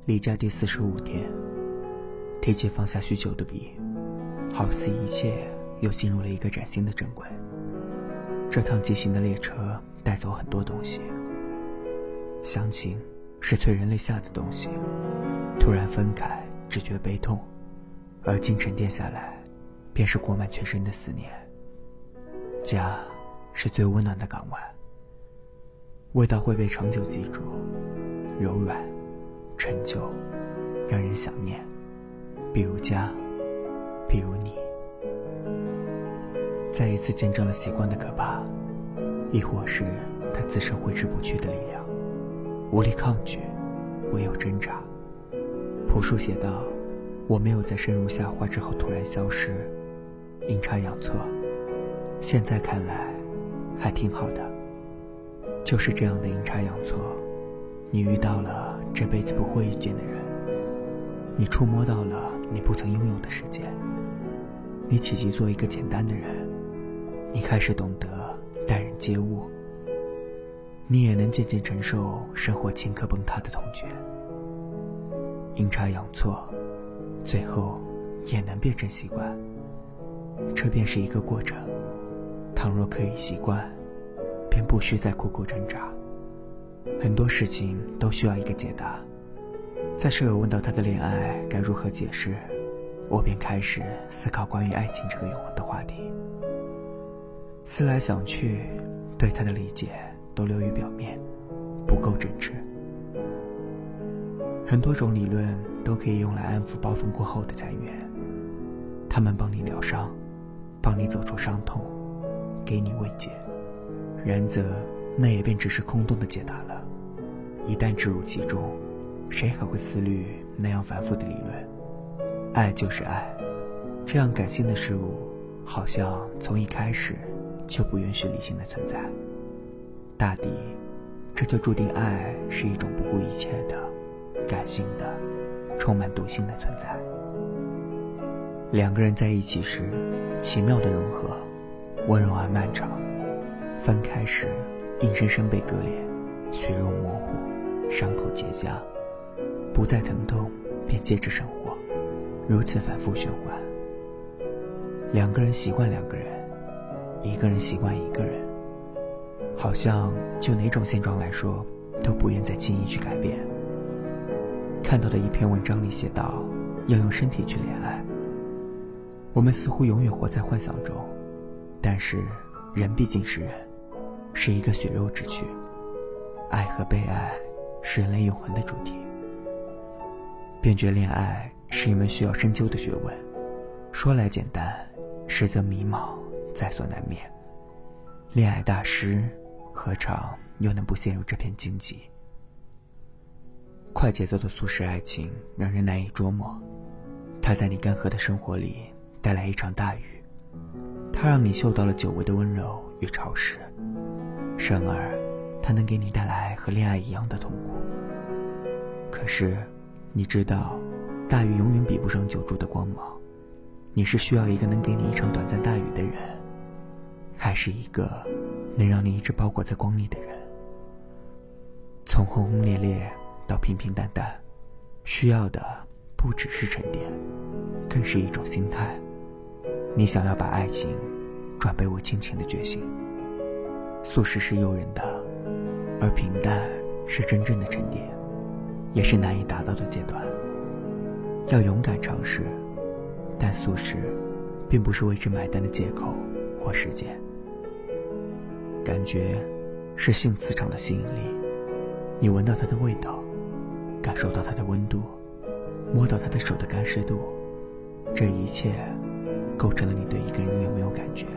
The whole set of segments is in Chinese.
离家第45天，提起放下许久的笔，好似一切又进入了一个崭新的正轨。这趟疾行的列车带走很多东西，乡情是催人泪下的东西，突然分开只觉悲痛，而今沉淀下来便是裹满全身的思念。家是最温暖的港湾，味道会被长久记住，柔软陈旧，让人想念，比如家，比如你。再一次见证了习惯的可怕，亦或是它自身挥之不去的力量，无力抗拒，唯有挣扎。朴树写道，我没有在深入下滑之后突然消失，阴差阳错，现在看来还挺好的。就是这样的阴差阳错，你遇到了这辈子不会遇见的人，你触摸到了你不曾拥有的世界，你企及做一个简单的人，你开始懂得待人接物，你也能渐渐承受生活顷刻崩塌的痛觉。阴差阳错，最后也能变成习惯，这便是一个过程。倘若可以习惯，便不需再苦苦挣扎。很多事情都需要一个解答。在舍友问到他的恋爱该如何解释，我便开始思考关于爱情这个永恒的话题。思来想去，对他的理解都流于表面，不够真挚。很多种理论都可以用来安抚暴风过后的残垣，他们帮你疗伤，帮你走出伤痛，给你慰藉。然则那也便只是空洞的解答了。一旦置入其中，谁还会思虑那样繁复的理论？爱就是爱，这样感性的事物好像从一开始就不允许理性的存在。大抵这就注定爱是一种不顾一切的感性的充满毒性的存在。两个人在一起时奇妙的融合，温柔而漫长，分开时硬生生被割裂，血肉模糊，伤口结痂，不再疼痛便接着生活，如此反复循环。两个人习惯两个人，一个人习惯一个人，好像就哪种现状来说都不愿再轻易去改变。看到的一篇文章里写道，要用身体去恋爱。我们似乎永远活在幻想中，但是人毕竟是人，是一个血肉之躯，爱和被爱是人类永恒的主题。辨觉恋爱是一门需要深究的学问，说来简单，实则迷茫在所难免。恋爱大师何尝又能不陷入这片荆棘？快节奏的速食爱情让人难以捉摸，它在你干涸的生活里带来一场大雨，它让你嗅到了久违的温柔与潮湿，生而它能给你带来和恋爱一样的痛苦。可是你知道，大雨永远比不上久住的光芒。你是需要一个能给你一场短暂大雨的人，还是一个能让你一直包裹在光里的人？从轰轰烈烈到平平淡淡，需要的不只是沉淀，更是一种心态。你想要把爱情转变为亲情的决心。速食是诱人的，而平淡是真正的沉淀，也是难以达到的阶段。要勇敢尝试，但速食并不是为之买单的借口或时间。感觉是性磁场的吸引力，你闻到它的味道，感受到它的温度，摸到他的手的干湿度，这一切构成了你对一个人有没有感觉。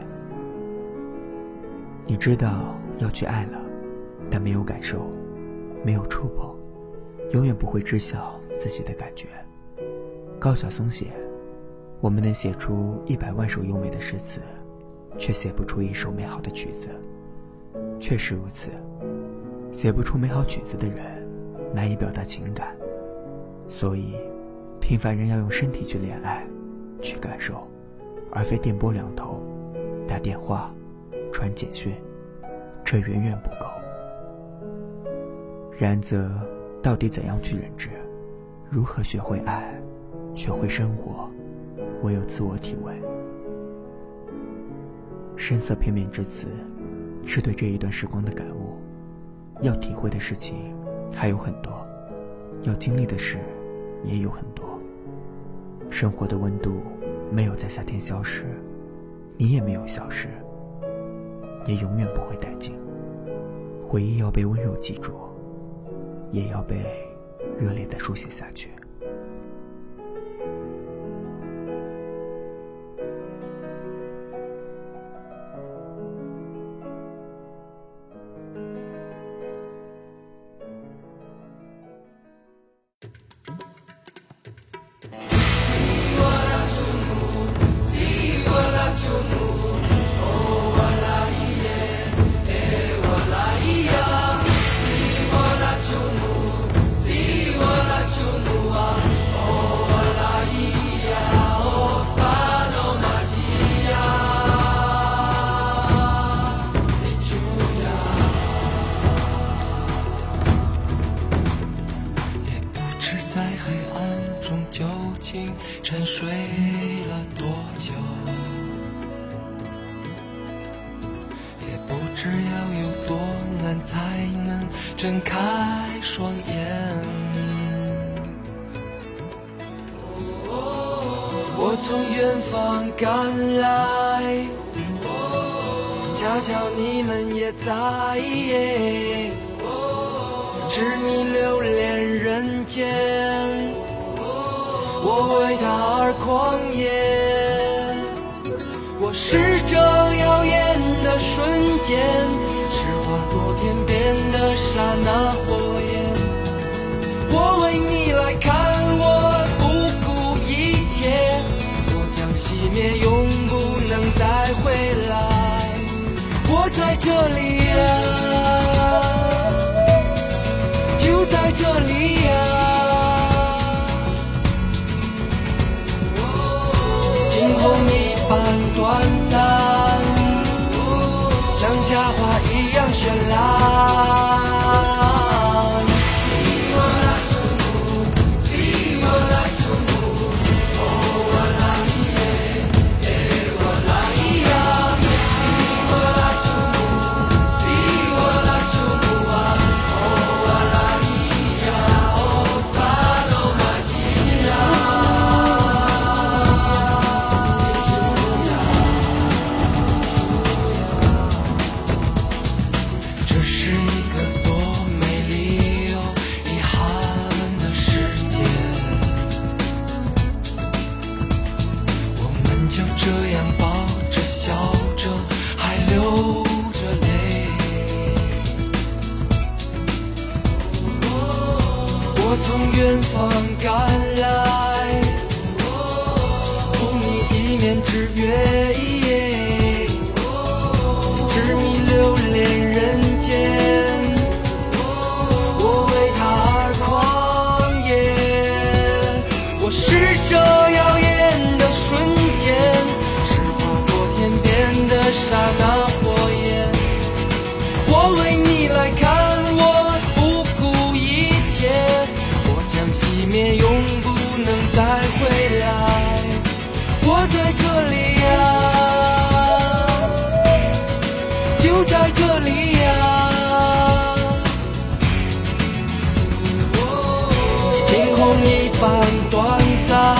你知道要去爱了，但没有感受，没有触碰，永远不会知晓自己的感觉。高晓松写，我们能写出100万首优美的诗词，却写不出一首美好的曲子。确实如此，写不出美好曲子的人难以表达情感，所以平凡人要用身体去恋爱，去感受，而非电波两头，打电话，传简讯，这远远不够。然则到底怎样去忍之？ 如何学会爱，学会生活，唯有自我体味。声色片面之词，是对这一段时光的感悟。要体会的事情还有很多，要经历的事也有很多。生活的温度没有在夏天消失，你也没有消失，也永远不会殆尽。回忆要被温柔记住，也要被热烈地书写下去。 在黑暗中究竟沉睡了多久，也不知要有多难才能睁开双眼。我从远方赶来，恰巧你们也在，痴迷流连人间，我为他而狂野。我是这耀眼的瞬间，是划过天边的刹那火焰。我为你来看，我不顾一切，我将熄灭，永不能再回来。我在这里啊，就在这里啊，惊鸿一般短暂，像夏花一样绚烂。我从远方赶来，赴你一面之约，痴迷流连人间，我为他而狂野。我是这耀眼的瞬间，是划过天边的刹那火焰。我为你来看，我不顾一切，熄灭，永不能再回来。我在这里啊，就在这里啊，惊鸿一般短暂，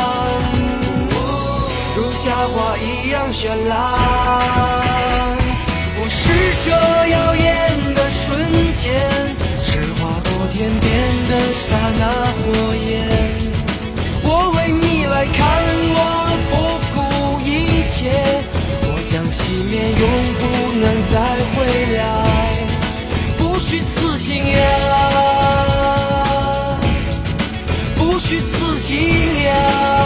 如夏花一样绚烂。我是这耀眼的瞬间，是划过天边的刹那火焰。我为你来看，我不顾一切，我将熄灭，永不能再回来。不虚此行呀，不虚此行呀。